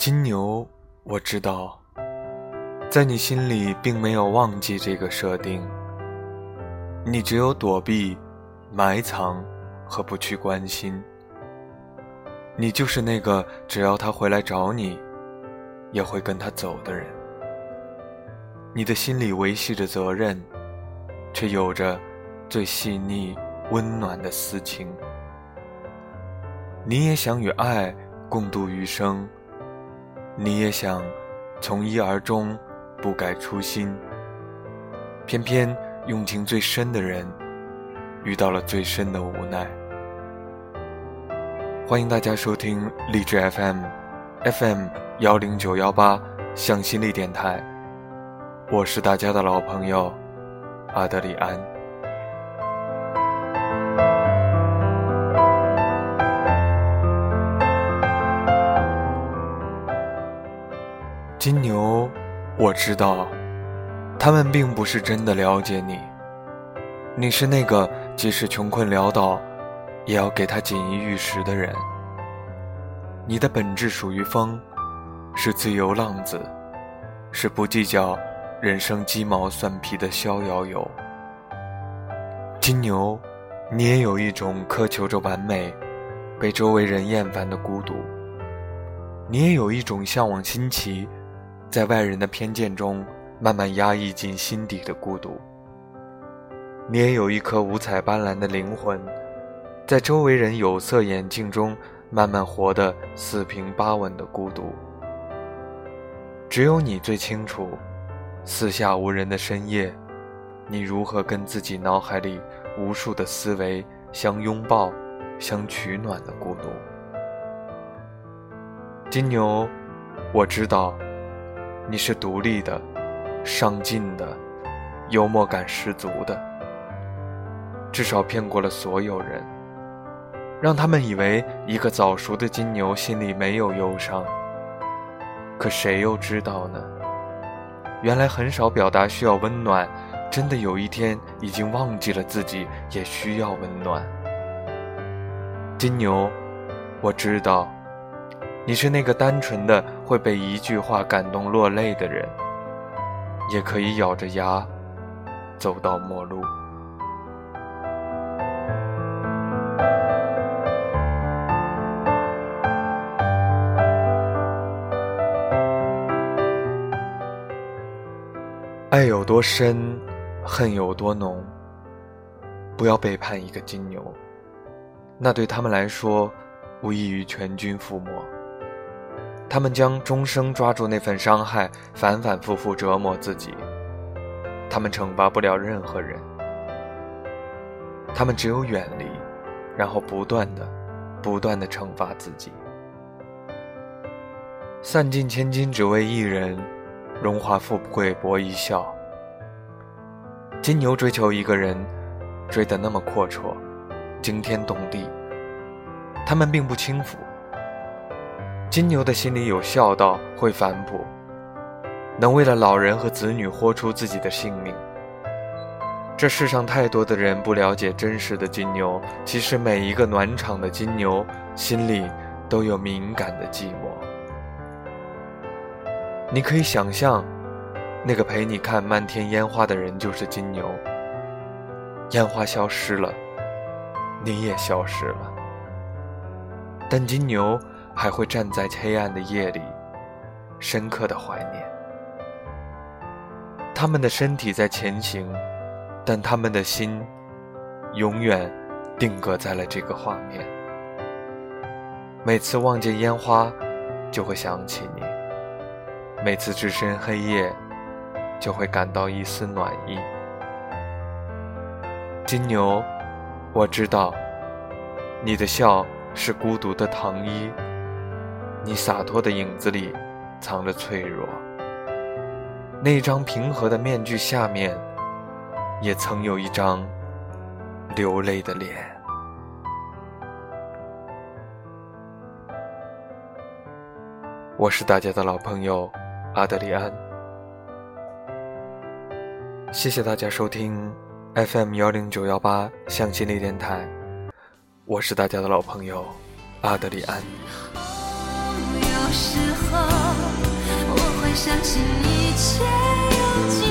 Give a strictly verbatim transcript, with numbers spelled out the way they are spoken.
金牛，我知道，在你心里并没有忘记这个设定，你只有躲避、埋藏和不去关心。你就是那个只要他回来找你，也会跟他走的人。你的心里维系着责任，却有着最细腻温暖的私情。你也想与爱共度余生，你也想从一而终，不改初心。偏偏用情最深的人遇到了最深的无奈。欢迎大家收听励志 F M F M 一零九一八向心力电台，我是大家的老朋友阿德里安。金牛，我知道，他们并不是真的了解你。你是那个即使穷困潦倒，也要给他锦衣玉食的人。你的本质属于风，是自由浪子，是不计较人生鸡毛蒜皮的逍遥游。金牛，你也有一种苛求着完美，被周围人厌烦的孤独。你也有一种向往新奇，在外人的偏见中慢慢压抑进心底的孤独。你也有一颗五彩斑斓的灵魂，在周围人有色眼镜中慢慢活得四平八稳的孤独。只有你最清楚，四下无人的深夜，你如何跟自己脑海里无数的思维相拥抱、相取暖的孤独。金牛，我知道，你是独立的、上进的、幽默感十足的，至少骗过了所有人，让他们以为一个早熟的金牛心里没有忧伤。可谁又知道呢？原来很少表达需要温暖，真的有一天已经忘记了自己也需要温暖。金牛，我知道，你是那个单纯的会被一句话感动落泪的人，也可以咬着牙走到末路。爱有多深，恨有多浓。不要背叛一个金牛，那对他们来说无异于全军覆没。他们将终生抓住那份伤害，反反复复折磨自己。他们惩罚不了任何人，他们只有远离，然后不断的不断的惩罚自己。散尽千金只为一人，荣华富贵博一笑。金牛追求一个人，追得那么阔绰，惊天动地，他们并不轻浮。金牛的心里有孝道，会反哺，能为了老人和子女豁出自己的性命。这世上太多的人不了解真实的金牛，其实每一个暖场的金牛心里都有敏感的寂寞。你可以想象，那个陪你看漫天烟花的人就是金牛。烟花消失了，你也消失了，但金牛还会站在黑暗的夜里，深刻的怀念。他们的身体在前行，但他们的心永远定格在了这个画面。每次望见烟花，就会想起你；每次置身黑夜，就会感到一丝暖意。金牛，我知道，你的笑是孤独的糖衣，你洒脱的影子里藏着脆弱。那张平和的面具下面，也曾有一张流泪的脸。我是大家的老朋友阿德里安，谢谢大家收听 F M 一零九一八向心力电台，我是大家的老朋友阿德里安。 时候，我会相信一切有尽